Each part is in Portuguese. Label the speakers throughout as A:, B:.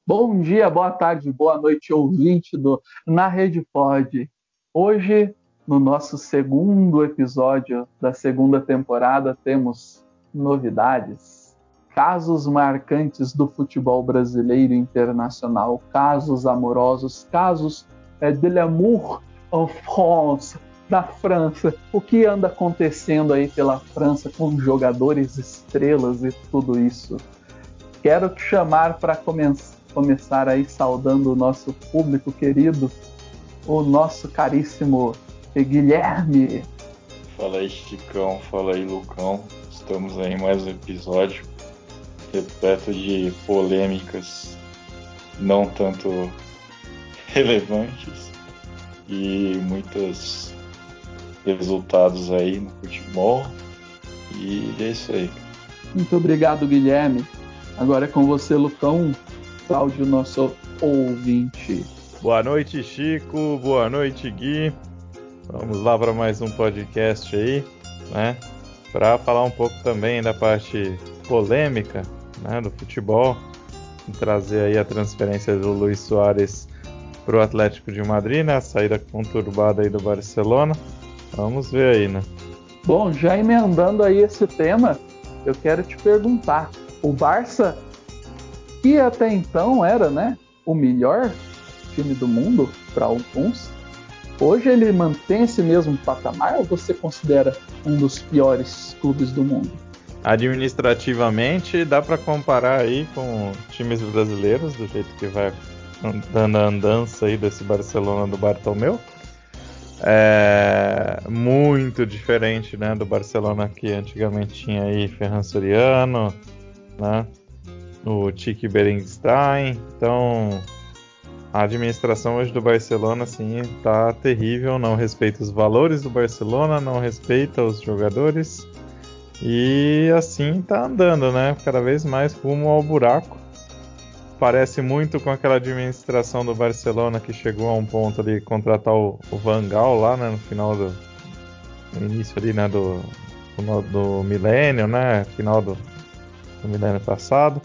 A: Bom dia, boa tarde, boa noite, ouvinte do Na Rede Pod. Hoje, no nosso segundo episódio da segunda temporada, temos novidades, casos marcantes do futebol brasileiro e internacional, casos amorosos, casos de l'amour en France, da França. O que anda acontecendo aí pela França com jogadores estrelas e tudo isso? Quero te chamar para começar aí saudando o nosso público querido, o nosso caríssimo Guilherme.
B: Fala aí, Chicão, fala aí, Lucão. Estamos aí em mais um episódio repleto de polêmicas não tanto relevantes e muitos resultados aí no futebol. E é isso aí.
A: Muito obrigado, Guilherme. Agora é com você, Lucão. Salve o nosso ouvinte.
C: Boa noite, Chico. Boa noite, Gui. Vamos lá para mais um podcast aí, né? Para falar um pouco também da parte polêmica, né, do futebol. E trazer aí a transferência do Luis Suárez para o Atlético de Madrid, né? A saída conturbada aí do Barcelona. Vamos ver aí, né?
A: Bom, já emendando aí esse tema, eu quero te perguntar. O Barça, que até então era, né, o melhor time do mundo para alguns, hoje ele mantém esse mesmo patamar ou você considera um dos piores clubes do mundo?
C: Administrativamente, dá para comparar aí com times brasileiros, do jeito que vai dando a andança aí desse Barcelona do Bartomeu. É muito diferente, né, do Barcelona que antigamente tinha aí Ferran Soriano, né, o Tiki Berenstein. Então, a administração hoje do Barcelona, assim, tá terrível, não respeita os valores do Barcelona, não respeita os jogadores e assim tá andando, né, cada vez mais rumo ao buraco. Parece muito com aquela administração do Barcelona que chegou a um ponto ali contratar o Van Gaal lá, né, no início ali, né, do milênio, né, final do milênio passado.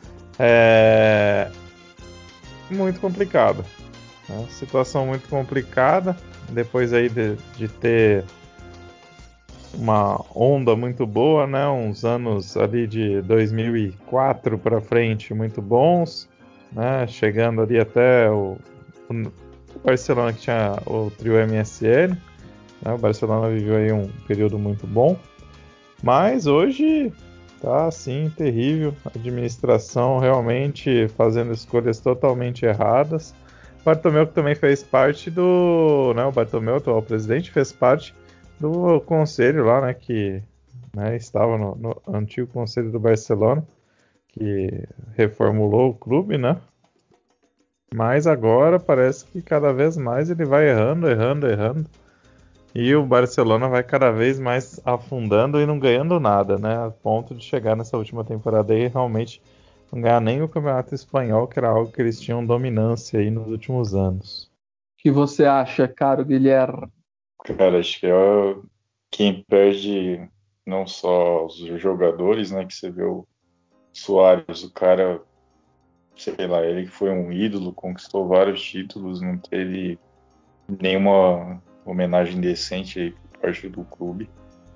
C: É muito complicado, né? Situação muito complicada, depois aí de ter uma onda muito boa, né, uns anos ali de 2004 para frente muito bons, né, chegando ali até o Barcelona que tinha o trio MSN, né, o Barcelona viveu aí um período muito bom, mas hoje tá assim terrível, a administração realmente fazendo escolhas totalmente erradas. O Bartomeu que também fez parte o Bartomeu, atual presidente, fez parte do conselho lá, né, que, né, estava no antigo conselho do Barcelona, que reformulou o clube, né? Mas agora parece que cada vez mais ele vai errando. E o Barcelona vai cada vez mais afundando e não ganhando nada, né? A ponto de chegar nessa última temporada aí e realmente não ganhar nem o Campeonato Espanhol, que era algo que eles tinham dominância aí nos últimos anos.
A: O que você acha, caro Guilherme?
B: Cara, acho que quem perde não só os jogadores, né? Que você vê o Suárez, o cara, sei lá, ele que foi um ídolo, conquistou vários títulos, não teve nenhuma homenagem decente aí por parte do clube.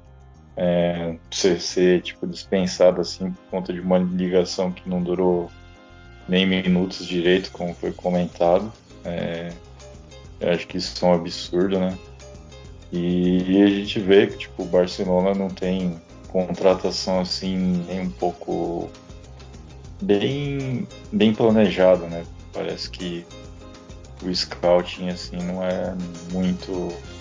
B: Ser tipo, dispensado assim por conta de uma ligação que não durou nem minutos direito, como foi comentado. Eu acho que isso é um absurdo, né? E a gente vê que tipo, o Barcelona não tem contratação assim nem um pouco bem planejada, né? Parece que o scouting assim não é muito,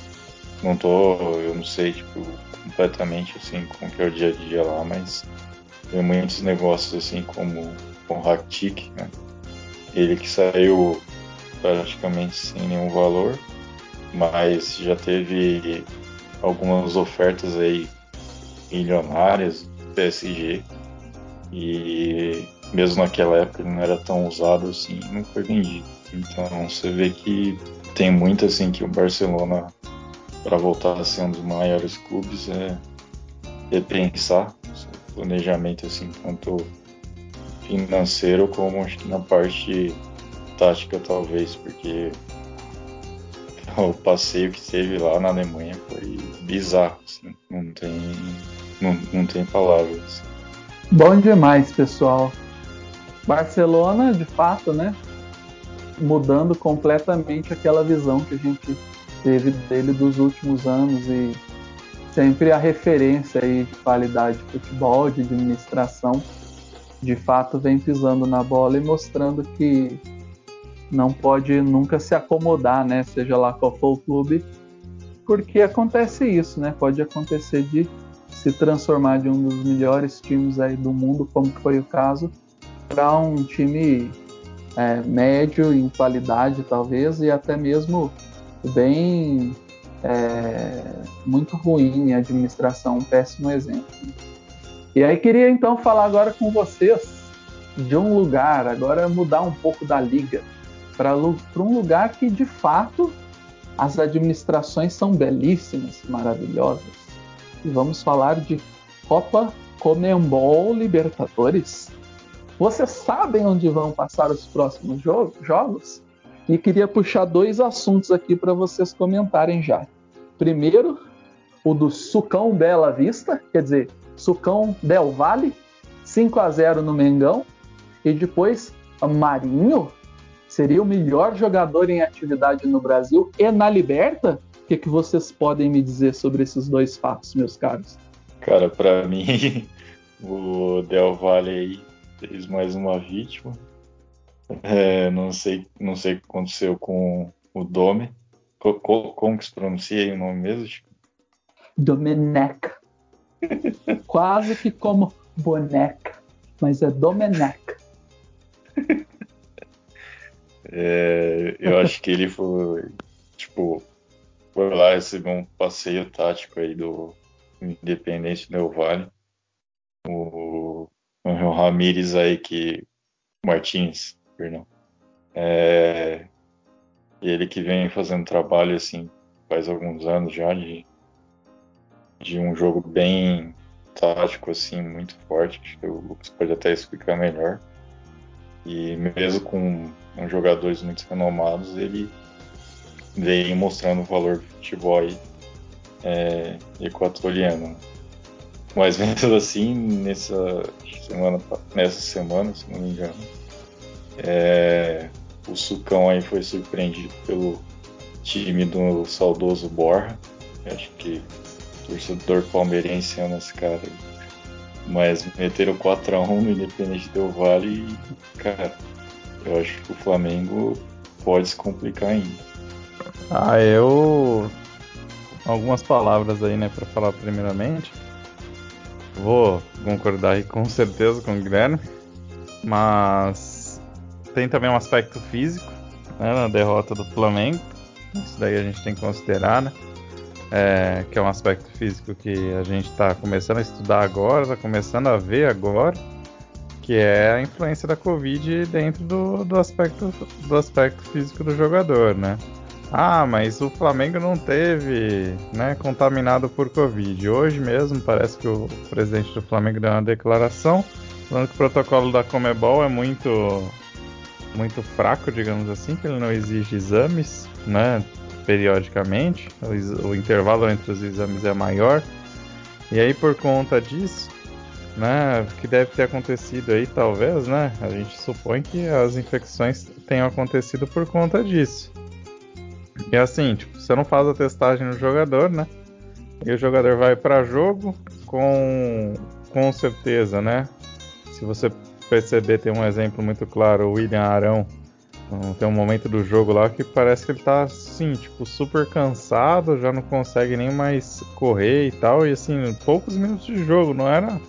B: eu não sei tipo completamente assim como que é o dia a dia lá, mas tem muitos negócios assim como com o Rakitic, né? Ele que saiu praticamente sem nenhum valor, mas já teve algumas ofertas aí milionárias do PSG e mesmo naquela época ele não era tão usado assim, não foi vendido. Então você vê que tem muito assim que o Barcelona para voltar a ser um dos maiores clubes é repensar seu planejamento assim quanto financeiro como acho que na parte tática talvez, porque o passeio que teve lá na Alemanha foi bizarro, assim, não tem palavras.
A: Bom demais, pessoal. Barcelona, de fato, né? Mudando completamente aquela visão que a gente teve dele dos últimos anos e sempre a referência aí de qualidade de futebol, de administração, de fato vem pisando na bola e mostrando que não pode nunca se acomodar, né? Seja lá qual for o clube, porque acontece isso, né? Pode acontecer de se transformar de um dos melhores times aí do mundo, como foi o caso, para um time médio em qualidade, talvez, e até mesmo bem muito ruim em administração, um péssimo exemplo. E aí queria então falar agora com vocês de um lugar, agora mudar um pouco da liga, para um lugar que de fato as administrações são belíssimas, maravilhosas. E vamos falar de Copa Conmebol Libertadores. Vocês sabem onde vão passar os próximos jogos? E queria puxar 2 assuntos aqui para vocês comentarem já. Primeiro, o do Sucão Bela Vista, quer dizer, Sucão Del Valle, 5-0 no Mengão. E depois, Marinho seria o melhor jogador em atividade no Brasil e na Liberta? O que vocês podem me dizer sobre esses 2 fatos, meus caros?
B: Cara, pra mim, o Del Valle aí fez mais uma vítima. Não sei o que aconteceu com o Dome. Como que se pronuncia aí o nome mesmo?
A: Domenech. Quase que como boneca, mas é Domenech.
B: Eu acho que ele foi lá receber um passeio tático aí do Independente Del Valle. O Ramírez aí Martins, perdão. Ele que vem fazendo trabalho assim faz alguns anos já de um jogo bem tático assim, muito forte, acho que o Lucas pode até explicar melhor. E mesmo com jogadores muito renomados, ele vem mostrando o valor do futebol aí, equatoriano. Mas mesmo assim, nessa semana, se não me engano, o Sucão aí foi surpreendido pelo time do saudoso Borja. Acho que o torcedor palmeirense ama esse cara aí. Mas meteram 4-1 no Independente Del Valle e, cara, eu acho que o Flamengo pode se complicar ainda.
C: Algumas palavras aí, né, para falar primeiramente. Vou concordar aí com certeza com o Guilherme, mas tem também um aspecto físico, né, na derrota do Flamengo. Isso daí a gente tem que considerar, né? Que é um aspecto físico que a gente está começando a estudar agora, está começando a ver agora, que é a influência da Covid dentro do aspecto físico do jogador, né? Mas o Flamengo não teve, né, contaminado por Covid. Hoje mesmo parece que o presidente do Flamengo deu uma declaração falando que o protocolo da Conmebol é muito, muito fraco, digamos assim, que ele não exige exames, né, periodicamente. O intervalo entre os exames é maior. E aí, por conta disso, né, que deve ter acontecido aí, talvez, né, a gente supõe que as infecções tenham acontecido por conta disso. E assim, tipo, você não faz a testagem no jogador, né? E o jogador vai para jogo com certeza, né? Se você perceber, tem um exemplo muito claro, o William Arão. Tem um momento do jogo lá que parece que ele tá assim, tipo, super cansado, já não consegue nem mais correr e tal. E assim, poucos minutos de jogo, não era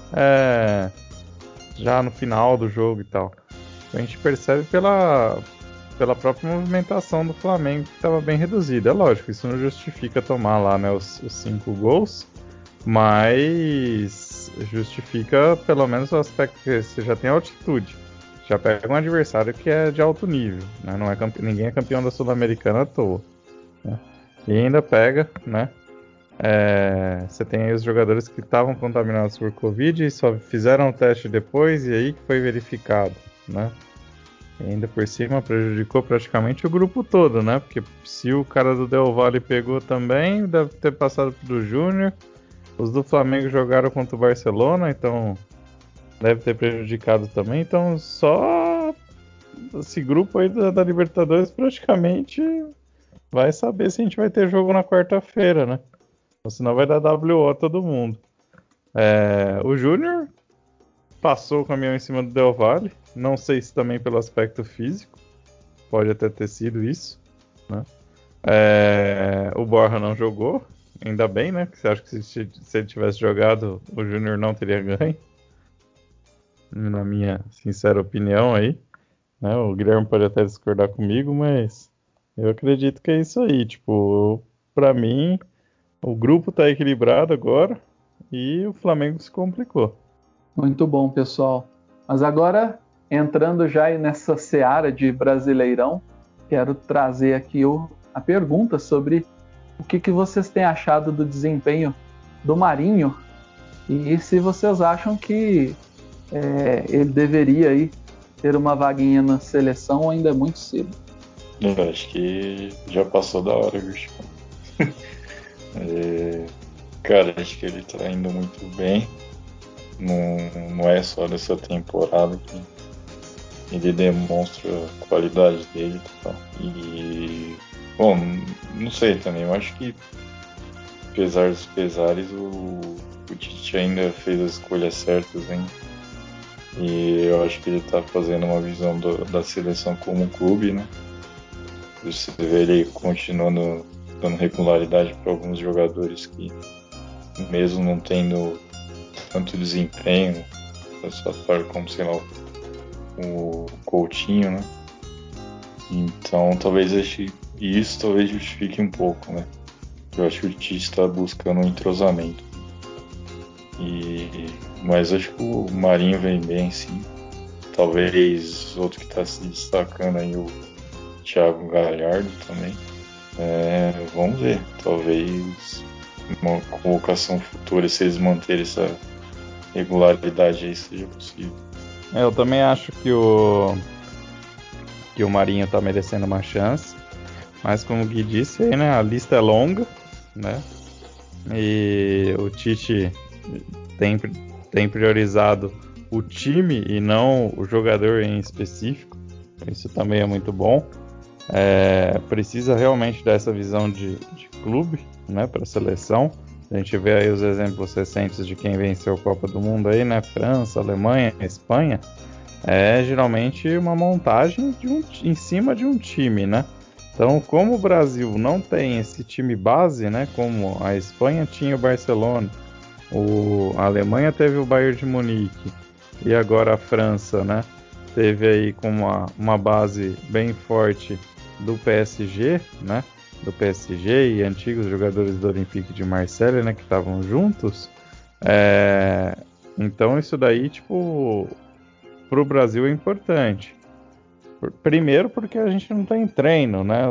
C: já no final do jogo e tal. Então a gente percebe pela própria movimentação do Flamengo, que estava bem reduzida. É lógico, isso não justifica tomar lá, né, os 5 gols, mas justifica pelo menos o aspecto que você já tem altitude. Já pega um adversário que é de alto nível, né? Não é ninguém é campeão da Sul-Americana à toa, né? E ainda pega, né, Você tem aí os jogadores que estavam contaminados por Covid e só fizeram o teste depois e aí que foi verificado, né? E ainda por cima prejudicou praticamente o grupo todo, né? Porque se o cara do Del Valle pegou também, deve ter passado pro Júnior. Os do Flamengo jogaram contra o Barcelona, então deve ter prejudicado também. Então só esse grupo aí da Libertadores praticamente vai saber se a gente vai ter jogo na quarta-feira, né? Ou senão vai dar WO todo mundo. O Júnior passou o caminhão em cima do Del Valle. Não sei se também pelo aspecto físico. Pode até ter sido isso, né? O Borja não jogou. Ainda bem, né? Porque você acha que se ele tivesse jogado, o Júnior não teria ganho. Na minha sincera opinião aí. Né? O Guilherme pode até discordar comigo, mas eu acredito que é isso aí. Tipo, pra mim, o grupo tá equilibrado agora e o Flamengo se complicou.
A: Muito bom, pessoal. Mas agora, entrando já nessa seara de Brasileirão, quero trazer aqui a pergunta sobre o que vocês têm achado do desempenho do Marinho e se vocês acham que ele deveria aí ter uma vaguinha na seleção ou ainda é muito cedo.
B: Eu acho que já passou da hora, bicho. Cara, acho que ele tá indo muito bem. Não é só nessa temporada que ele demonstra a qualidade dele e tal. E, bom, não sei também. Eu acho que, apesar dos pesares, o Tite ainda fez as escolhas certas, hein? E eu acho que ele tá fazendo uma visão da seleção como um clube, né? Você vê ele continuando dando regularidade para alguns jogadores que, mesmo não tendo tanto desempenho, como, sei lá, o Coutinho, né? Então, isso talvez justifique um pouco, né? Eu acho que o Tite está buscando um entrosamento. Mas acho que o Marinho vem bem, sim. Talvez outro que está se destacando aí, o Thiago Galhardo também. Vamos ver. Talvez uma convocação futura, se eles manterem essa regularidade aí, seja possível.
C: Eu também acho que o Marinho tá merecendo uma chance. Mas como o Gui disse aí, né? A lista é longa, né? E o Tite tem priorizado o time e não o jogador em específico. Isso também é muito bom. Precisa realmente dessa visão de clube, né, para a seleção. A gente vê aí os exemplos recentes de quem venceu a Copa do Mundo aí, né? França, Alemanha, Espanha. É geralmente uma montagem em cima de um time, né? Então, como o Brasil não tem esse time base, né? Como a Espanha tinha o Barcelona, a Alemanha teve o Bayern de Munique e agora a França, né? Teve aí com uma base bem forte do PSG, né? Do PSG e antigos jogadores do Olympique de Marseille, né? Que estavam juntos. Então isso daí, tipo, pro Brasil é importante. Primeiro porque a gente não tem treino, né?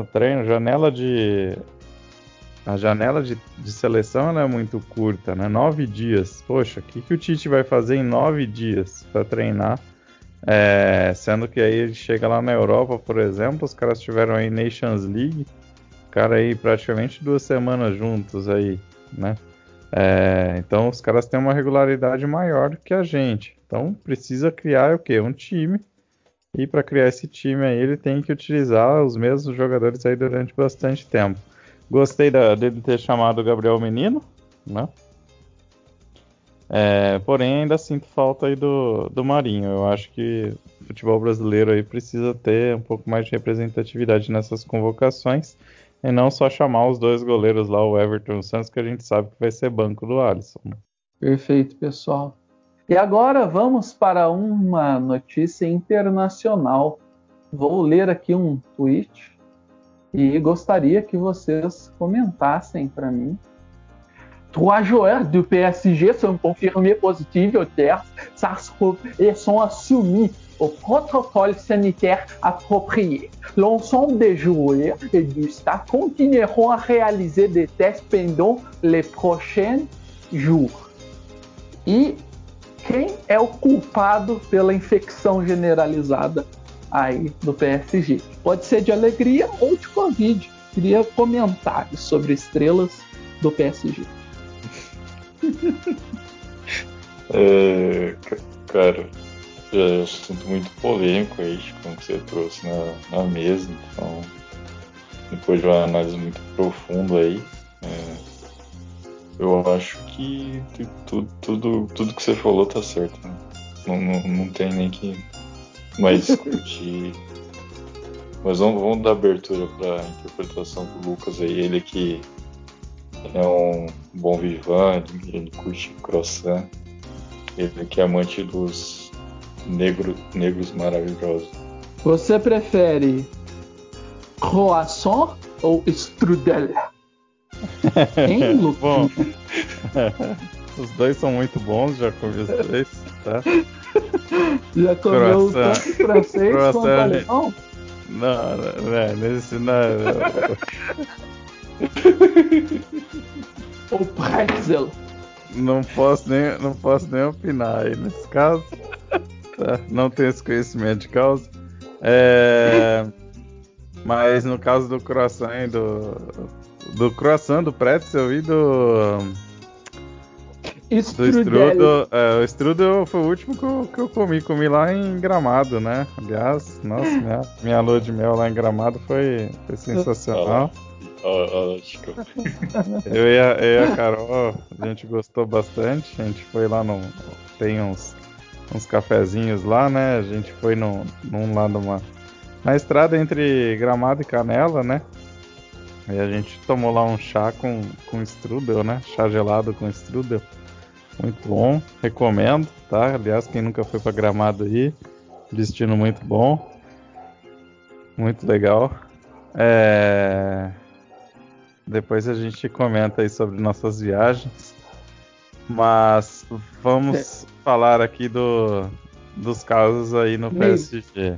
C: A janela de seleção ela é muito curta, né? 9 dias. Poxa, o que o Tite vai fazer em 9 dias para treinar? Sendo que aí ele chega lá na Europa, por exemplo, os caras tiveram aí Nations League, cara aí praticamente 2 semanas juntos aí, né? Então os caras têm uma regularidade maior do que a gente. Então precisa criar o quê? Um time. E para criar esse time aí, ele tem que utilizar os mesmos jogadores aí durante bastante tempo. Gostei dele ter chamado o Gabriel Menino, né? Porém, ainda sinto falta aí do Marinho. Eu acho que o futebol brasileiro aí precisa ter um pouco mais de representatividade nessas convocações e não só chamar os 2 goleiros lá, o Everton e o Santos, que a gente sabe que vai ser banco do Alisson.
A: Perfeito, pessoal. E agora vamos para uma notícia internacional. Vou ler aqui um tweet e gostaria que vocês comentassem para mim. 3 joueurs du PSG sont confirmés positifs au test SARS-CoV et sont soumis au protocole sanitaire approprié. L'ensemble des joueurs et du staff continueront à réaliser des tests pendant les prochains jours. E quem é o culpado pela infecção generalizada aí do PSG? Pode ser de alegria ou de Covid. Queria comentários sobre estrelas do PSG.
B: Cara, é um assunto muito polêmico aí, como que você trouxe na mesa, então depois de uma análise muito profunda aí, eu acho que tudo que você falou tá certo, né? Não tem nem que mais discutir. Mas vamos dar abertura para a interpretação do Lucas aí, ele que é um bom vivant, ele curte croissant, ele que é amante dos negros maravilhosos.
A: Você prefere croissant ou strudel? Hein, Lucas?
C: Bom, os dois são muito bons, já comi os dois, tá?
A: Já comeu
C: Croissant.
A: tanto francês quanto
C: Croissant,
A: alemão?
C: Não, nesse não.
A: Ou pretzel?
C: Não posso nem opinar aí nesse caso. Tá? Não tenho esse conhecimento de causa. Mas no caso do croissant e do croissant, do pretzel e do strudel. O strudel foi o último que eu comi lá em Gramado, né? Aliás, nossa, minha lua de mel lá em Gramado foi sensacional. Eu e a Carol, a gente gostou bastante. A gente foi lá tem uns cafezinhos lá, né? A gente foi num lado na estrada entre Gramado e Canela, né? E a gente tomou lá um chá com strudel, né? Chá gelado com strudel. Muito bom, recomendo, tá? Aliás, quem nunca foi pra Gramado aí, destino muito bom, muito legal. Depois a gente comenta aí sobre nossas viagens, mas vamos falar aqui dos casos aí no PSG.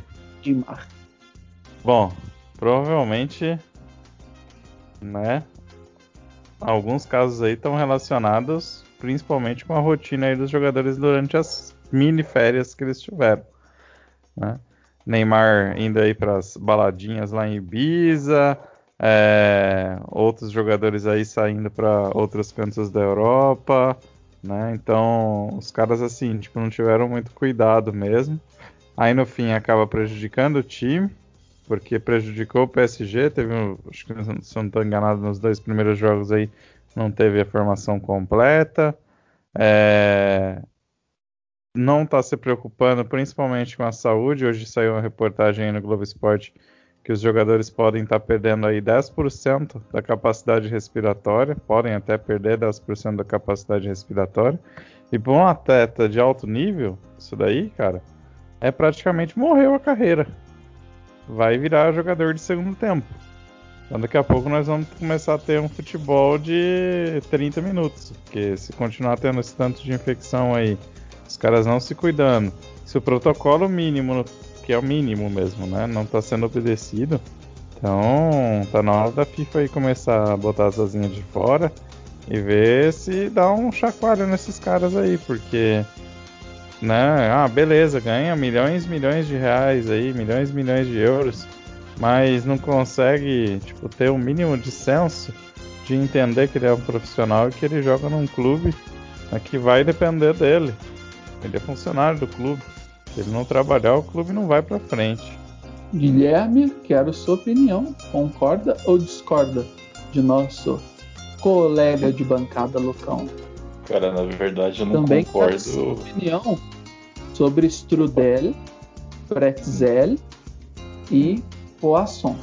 C: Bom, provavelmente, né? Alguns casos aí estão relacionados principalmente com a rotina aí dos jogadores durante as mini férias que eles tiveram, né? Neymar indo aí para as baladinhas lá em Ibiza, outros jogadores aí saindo para outros cantos da Europa, né? Então os caras assim, tipo, não tiveram muito cuidado mesmo. Aí no fim acaba prejudicando o time, porque prejudicou o PSG, acho que se eu não estou enganado, nos 2 primeiros jogos aí não teve a formação completa. Não está se preocupando principalmente com a saúde. Hoje saiu uma reportagem aí no Globo Esporte que os jogadores podem estar perdendo aí 10% da capacidade respiratória, podem até perder 10% da capacidade respiratória. E para um atleta de alto nível, isso daí, cara, praticamente morreu a carreira. Vai virar jogador de segundo tempo. Então daqui a pouco nós vamos começar a ter um futebol de 30 minutos. Porque se continuar tendo esse tanto de infecção aí, os caras não se cuidando, se o protocolo mínimo, que é o mínimo mesmo, né, não está sendo obedecido, então tá na hora da FIFA aí começar a botar as asinhas de fora e ver se dá um chacoalho nesses caras aí, porque, né, beleza, ganha milhões de reais aí, milhões de euros, mas não consegue, tipo, ter um mínimo de senso de entender que ele é um profissional e que ele joga num clube, né, que vai depender dele. Ele é funcionário do clube. Se ele não trabalhar, o clube não vai pra frente.
A: Guilherme, quero sua opinião. Concorda ou discorda de nosso colega de bancada, Lucão?
B: Cara, na verdade eu não
A: Também
B: concordo.
A: quero sua opinião sobre strudel, pretzel e poisson.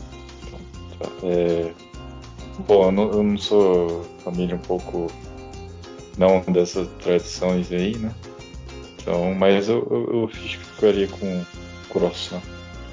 B: Bom, eu não sou família um pouco não dessas tradições aí, né? Então, mas eu ficaria com croissant.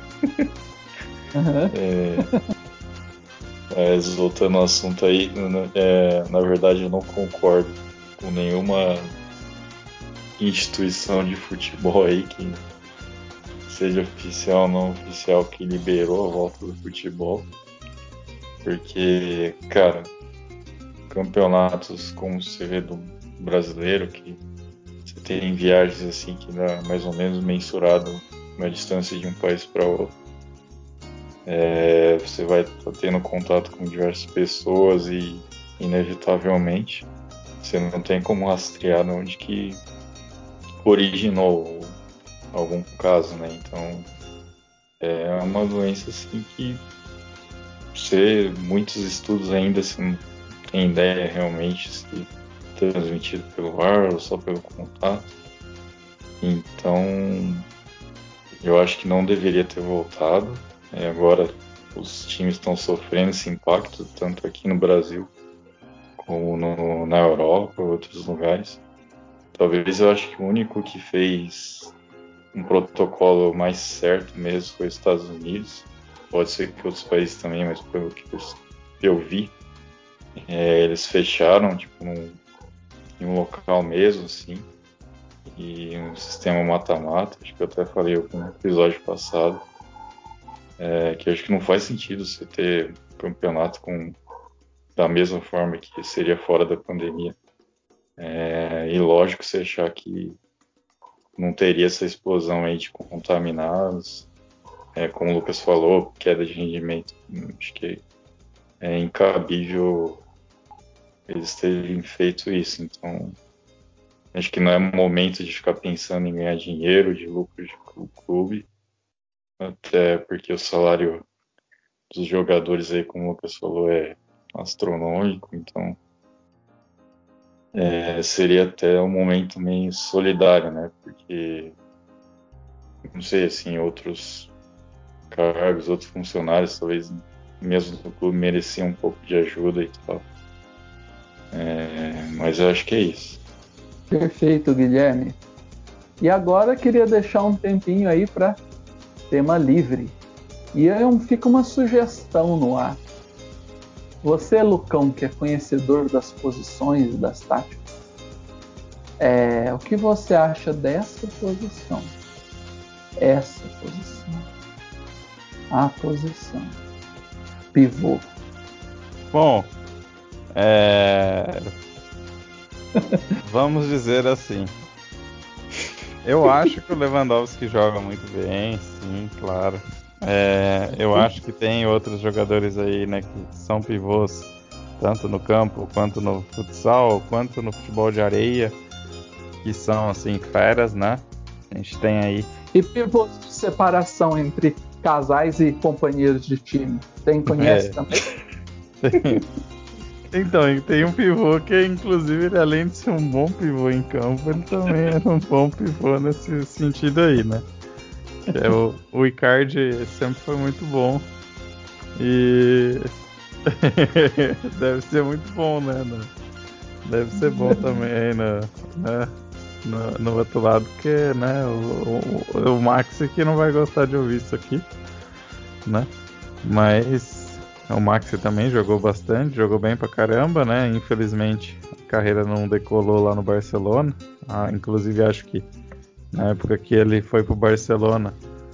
B: Mas voltando ao assunto aí, na verdade eu não concordo com nenhuma instituição de futebol aí que seja oficial ou não oficial, que liberou a volta do futebol. Porque, cara, campeonatos como você vê do brasileiro, que você tem viagens assim que dá mais ou menos mensurado uma distância de um país para outro. Você vai estar tendo contato com diversas pessoas e, inevitavelmente, você não tem como rastrear de onde que originou algum caso, né? Então, é uma doença assim que muitos estudos ainda se não tem ideia realmente se é transmitido pelo ar ou só pelo contato. Então, eu acho que não deveria ter voltado. Agora os times estão sofrendo esse impacto, tanto aqui no Brasil como na Europa, outros lugares. Talvez eu acho que o único que fez um protocolo mais certo mesmo foi os Estados Unidos. Pode ser que outros países também, mas pelo que eu vi, eles fecharam tipo, em um local mesmo, assim, e um sistema mata-mata. Acho que eu até falei em algum episódio passado, que acho que não faz sentido você ter campeonato da mesma forma que seria fora da pandemia. E lógico, você achar que não teria essa explosão aí de contaminados, como o Lucas falou, queda de rendimento. Acho que é incabível eles terem feito isso. Então, acho que não é momento de ficar pensando em ganhar dinheiro, de lucro do clube, até porque o salário dos jogadores aí, como o Lucas falou, é astronômico. Então, seria até um momento meio solidário, né? Porque, não sei, assim, outros cargos, outros funcionários, talvez mesmo do clube mereciam um pouco de ajuda e tal. Mas eu acho que é isso.
A: Perfeito, Guilherme. E agora queria deixar um tempinho aí para tema livre. E aí fica uma sugestão no ar. Você, Lucão, que é conhecedor das posições e das táticas, o que você acha dessa posição? Essa posição. A posição. Pivô.
C: Bom, vamos dizer assim. Eu acho que o Lewandowski joga muito bem, sim, claro. Eu acho que tem outros jogadores aí, né, que são pivôs, tanto no campo, quanto no futsal, quanto no futebol de areia, que são, assim, feras, né? A gente tem aí.
A: E pivôs de separação entre casais e companheiros de time. Conhece também?
C: Então, tem um pivô que, inclusive, ele, além de ser um bom pivô em campo, ele também era um bom pivô nesse sentido aí, né? Que é o Icardi sempre foi muito bom. E deve ser muito bom, né? Deve ser bom também aí no outro lado, porque, né, o Max aqui não vai gostar de ouvir isso aqui, né? Mas o Max também jogou bastante, jogou bem pra caramba, né? Infelizmente a carreira não decolou lá no Barcelona. Inclusive acho que na época que ele foi pro Barcelona,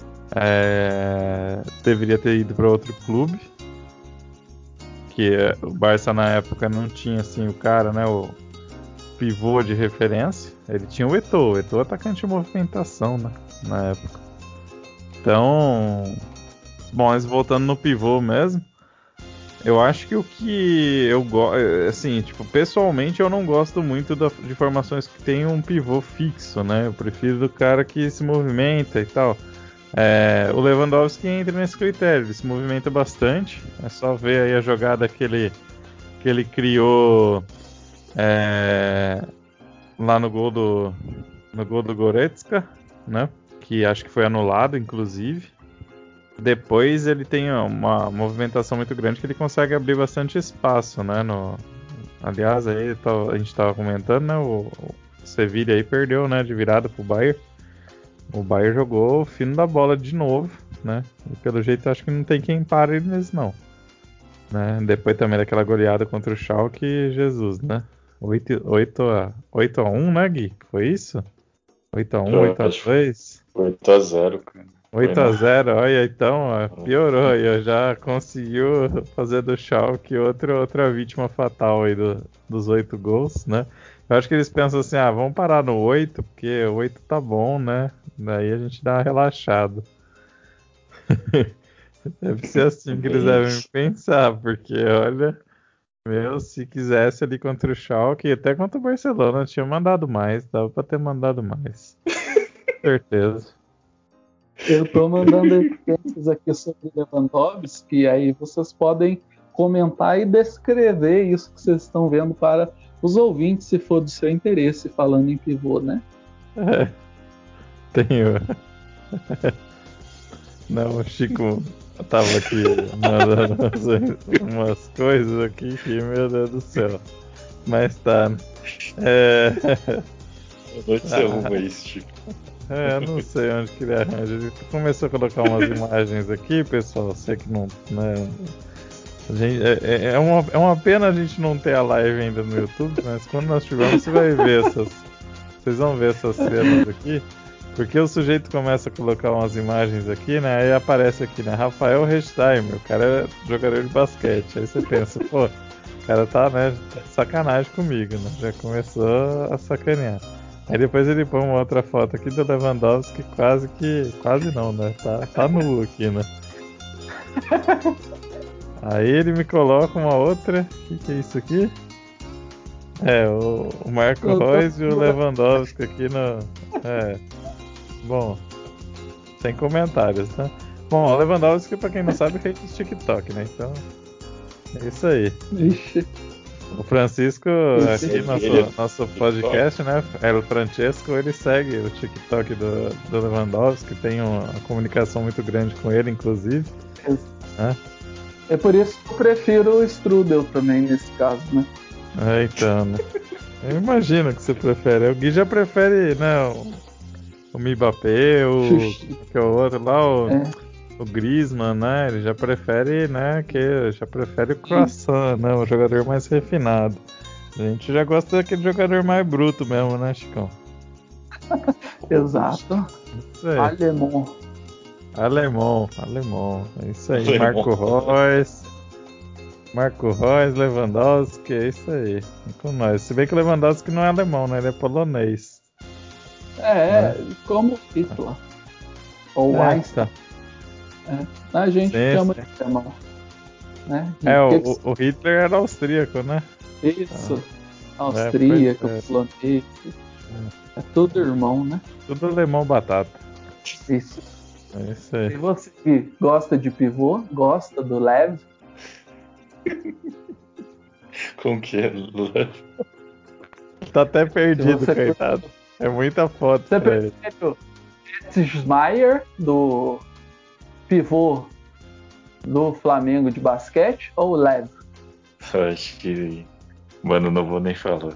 C: deveria ter ido para outro clube, que o Barça na época não tinha assim o cara, né, o pivô de referência. Ele tinha o Eto'o atacante de movimentação, né, na época. Então, bom, mas voltando no pivô mesmo, eu acho que o que eu gosto, assim, tipo, pessoalmente eu não gosto muito de formações que tem um pivô fixo, né? Eu prefiro do cara que se movimenta e tal. O Lewandowski entra nesse critério, ele se movimenta bastante. É só ver aí a jogada que ele criou lá no gol do Goretzka, né? Que acho que foi anulado, inclusive. Depois ele tem uma movimentação muito grande que ele consegue abrir bastante espaço, né? Aliás, aí a gente estava comentando, né? O Sevilla aí perdeu, né? De virada pro Bayern. O Bayern jogou o fino da bola de novo, né? E pelo jeito acho que não tem quem pare ele nesse não. Né? Depois também daquela goleada contra o Schalke, Jesus, né? 8-1, né, Gui? Foi isso? 8-1,
B: Eu acho que
C: 8-2?
B: foi 8-0, cara.
C: 8-0, olha, então, ó, piorou aí, ó, já conseguiu fazer do Schalke outra vítima fatal aí dos 8 gols, né? Eu acho que eles pensam assim, vamos parar no 8, porque o 8 tá bom, né? Daí a gente dá uma relaxada. Deve ser assim que eles devem pensar, porque olha, se quisesse ali contra o Schalke, até contra o Barcelona, tinha mandado mais, dava pra ter mandado mais. Certeza.
A: Eu tô mandando evidências aqui sobre Lewandowski, e aí vocês podem comentar e descrever isso que vocês estão vendo para os ouvintes, se for do seu interesse, falando em pivô, né?
C: Tenho. Não, o Chico tava aqui mandando umas coisas aqui que, meu Deus do céu. Mas tá.
B: Onde você arruma isso, Chico?
C: Eu não sei onde que ele arranja. Ele começou a colocar umas imagens aqui, pessoal. Sei que não. Né, é uma pena a gente não ter a live ainda no YouTube, mas quando nós tivermos, você vai ver vocês vão ver essas cenas aqui. Porque o sujeito começa a colocar umas imagens aqui, né? Aí aparece aqui, né? Rafael Rechtheimer, o cara é jogador de basquete. Aí você pensa, pô, o cara tá, né? Sacanagem comigo, né? Já começou a sacanear. Aí depois ele põe uma outra foto aqui do Lewandowski, quase não, né? Tá nu aqui, né? Aí ele me coloca uma outra. O que é isso aqui? O Marco Reus e o Lewandowski aqui no. Bom, sem comentários, né? Bom, o Lewandowski, pra quem não sabe, fez o TikTok, né? Então, é isso aí.
A: Ixi.
C: O Francisco, aqui nosso podcast, né? O Francesco, ele segue o TikTok do Lewandowski, tem uma comunicação muito grande com ele, inclusive. Né?
A: É por isso que eu prefiro o Strudel também, nesse caso, né?
C: Então, né? Eu imagino que você prefere. O Gui já prefere, né? O Mbappé, que é o outro lá, o Griezmann, né? Ele já prefere, né? Já prefere o croissant, né? O jogador mais refinado. A gente já gosta daquele jogador mais bruto mesmo, né, Chicão?
A: Exato.
C: Isso aí. Alemão. É isso aí. Marco Reus, Lewandowski, é isso aí. É com nós. Se bem que o Lewandowski não é alemão, né? Ele é polonês.
A: Como Hitler. Ou Einstein. Tá. A gente chama de alemão. Né?
C: O Hitler era austríaco, né?
A: Isso. Austríaco, polonês. É tudo irmão, né?
C: Tudo alemão batata.
A: Isso.
C: É isso aí.
A: E você que gosta de pivô, gosta do Lev?
B: Como que é?
C: Tá até perdido, coitado. É muita foto.
A: Você prefere o Schmeier, do pivô do Flamengo de basquete, ou o Lev?
B: Acho que... Mano, não vou nem falar.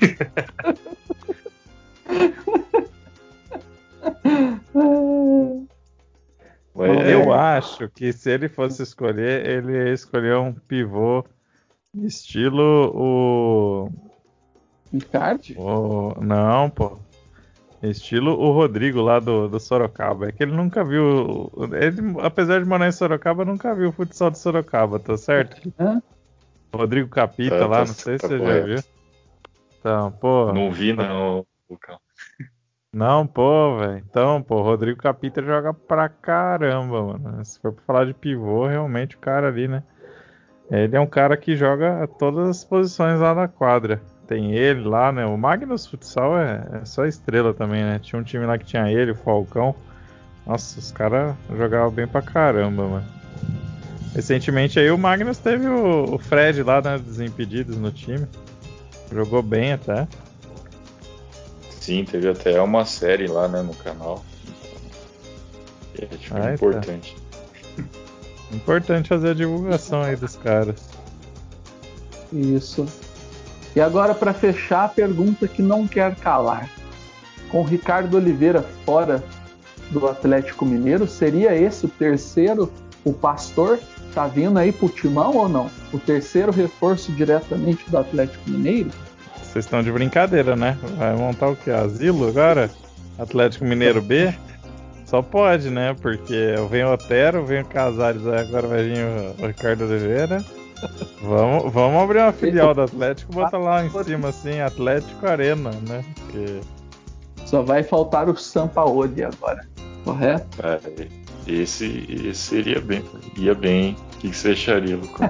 C: Eu acho que se ele fosse escolher, ele ia escolher um pivô estilo o...
A: Icardi?
C: Não, pô. Estilo o Rodrigo lá do Sorocaba. É que ele nunca viu... Ele, apesar de morar em Sorocaba, nunca viu o futsal de Sorocaba, tá certo? Rodrigo Capita lá, não sei se você já viu. Então, pô...
B: Não vi, não, Lucão.
C: Não, pô, velho. Então, pô, Rodrigo Capita joga pra caramba, mano. Se for pra falar de pivô, realmente o cara ali, né? Ele é um cara que joga todas as posições lá na quadra. Tem ele lá, né? O Magnus Futsal é só estrela também, né? Tinha um time lá que tinha ele, o Falcão. Nossa, os caras jogavam bem pra caramba, mano. Recentemente aí o Magnus teve o Fred lá, né? Desimpedidos no time. Jogou bem até.
B: Sim, teve até uma série lá, né, no canal. É tipo importante.
C: Importante fazer a divulgação aí dos caras.
A: Isso. E agora, para fechar, a pergunta que não quer calar. Com Ricardo Oliveira fora do Atlético Mineiro, seria esse o terceiro? O Pastor tá vindo aí pro Timão ou não? O terceiro reforço diretamente do Atlético Mineiro?
C: Vocês estão de brincadeira, né? Vai montar o quê? Asilo agora? Atlético Mineiro B? Só pode, né? Porque vem o Otero, vem o Casares, aí agora vai vir o Ricardo Oliveira. Vamos abrir uma filial do Atlético e botar lá em cima, assim, Atlético Arena, né? Porque...
A: Só vai faltar o Sampaoli agora, correto?
B: Esse seria bem. Ia bem, hein? O que você acharia, Lucão?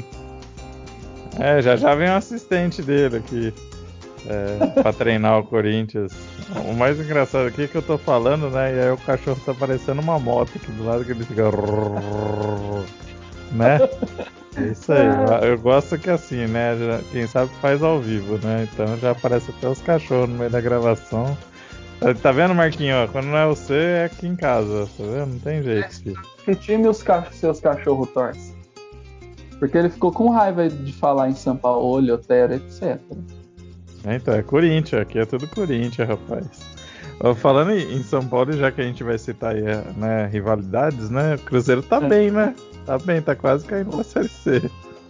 C: Já vem um assistente dele aqui. Pra treinar o Corinthians. O mais engraçado aqui é que eu tô falando, né? E aí o cachorro tá parecendo uma moto aqui do lado que ele fica. Né? É isso aí. Eu gosto que assim, né? Quem sabe faz ao vivo, né? Então já aparece até os cachorros no meio da gravação. Tá vendo, Marquinhos? Ó, quando não é você, é aqui em casa. Tá vendo? Não tem jeito, filho.
A: Que time seus cachorros torcem? Porque ele ficou com raiva de falar em Sampaoli, Otero, etc.
C: Então, é Corinthians. Aqui é tudo Corinthians, rapaz. Falando em São Paulo, já que a gente vai citar aí, né, rivalidades, né? O Cruzeiro tá bem, né? Tá bem, tá quase caindo pra Série C.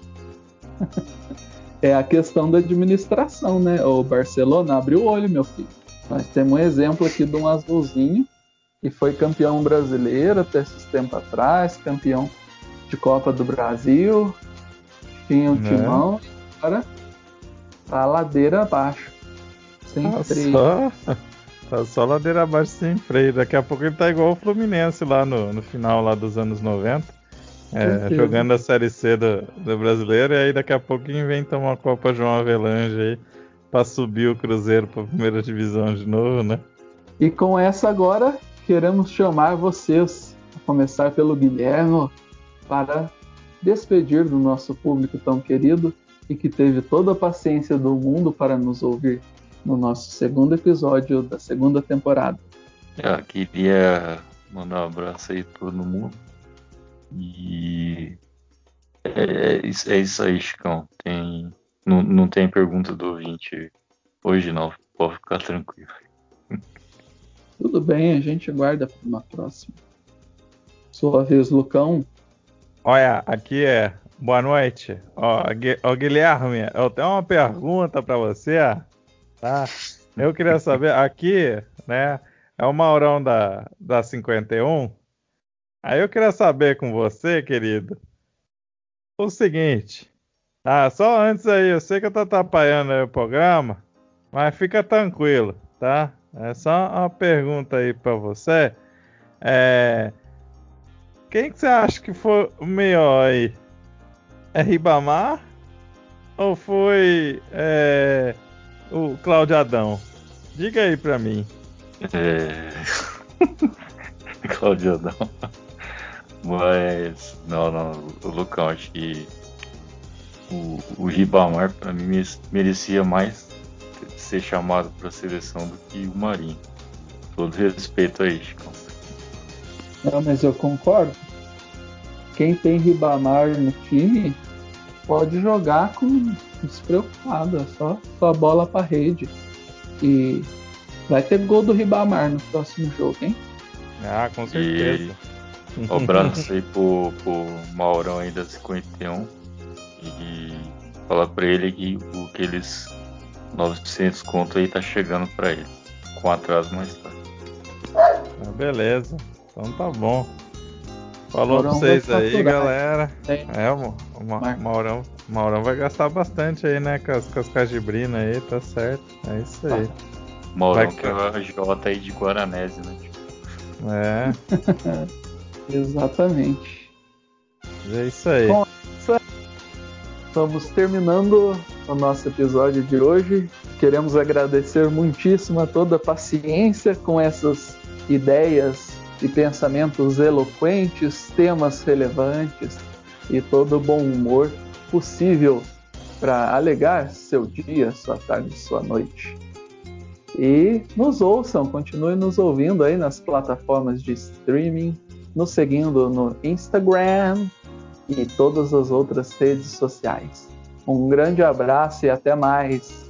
A: É a questão da administração, né? O Barcelona abriu o olho, meu filho. Nós temos um exemplo aqui de um azulzinho que foi campeão brasileiro até esses tempos atrás, campeão de Copa do Brasil, tinha um timão, agora tá ladeira abaixo, sem freio.
C: Tá só ladeira abaixo sem freio. Daqui a pouco ele tá igual o Fluminense lá no final lá dos anos 90. Jogando a Série C do Brasileiro. E aí daqui a pouco inventa uma Copa João Avelange aí pra subir o Cruzeiro pra primeira divisão de novo, né?
A: E com essa agora, queremos chamar vocês, a começar pelo Guilherme, para despedir do nosso público tão querido e que teve toda a paciência do mundo para nos ouvir no nosso segundo episódio da segunda temporada.
B: Eu queria mandar um abraço aí pra todo mundo. E é isso aí, Chicão. Não tem pergunta do ouvinte hoje, não. Pode ficar tranquilo.
A: Tudo bem, a gente aguarda para uma próxima. Sua vez, Lucão.
C: Olha, aqui boa noite. Ó, Guilherme, eu tenho uma pergunta para você, tá? Eu queria saber, aqui, né, é o Maurão da 51. Aí eu queria saber com você, querido, o seguinte, tá? Só antes aí, eu sei que eu tô atrapalhando aí o programa, mas fica tranquilo, tá? É só uma pergunta aí para você. Quem que você acha que foi o melhor aí? É Ribamar ou foi o Cláudio Adão? Diga aí pra mim.
B: Claudio, não. Mas, não. O Lucão, acho que o Ribamar, pra mim, merecia mais ser chamado pra seleção do que o Marinho. Todo respeito aí, Chico.
A: Não, mas eu concordo. Quem tem Ribamar no time pode jogar com despreocupado, é só bola para rede. E vai ter gol do Ribamar no próximo jogo, hein?
C: Ah, com certeza.
B: E um abraço aí pro Maurão aí da 51 e falar pra ele que aqueles 900 conto aí tá chegando pra ele, com atraso mais tarde.
C: Beleza, então tá bom. Falou pra
A: Maurão
C: vocês
A: vai
C: aí,
A: faturar.
C: galera. O Maurão vai gastar bastante aí, né? Com as cajibrinas aí, tá certo. É isso aí.
B: Maurão que é a Jota aí de Guaranese, né?
A: Exatamente.
C: É isso aí.
A: Com isso, estamos terminando o nosso episódio de hoje. Queremos agradecer muitíssimo a toda a paciência com essas ideias e pensamentos eloquentes, temas relevantes e todo o bom humor possível para alegar seu dia, sua tarde, sua noite. E nos ouçam, continuem nos ouvindo aí nas plataformas de streaming, nos seguindo no Instagram e todas as outras redes sociais. Um grande abraço e até mais!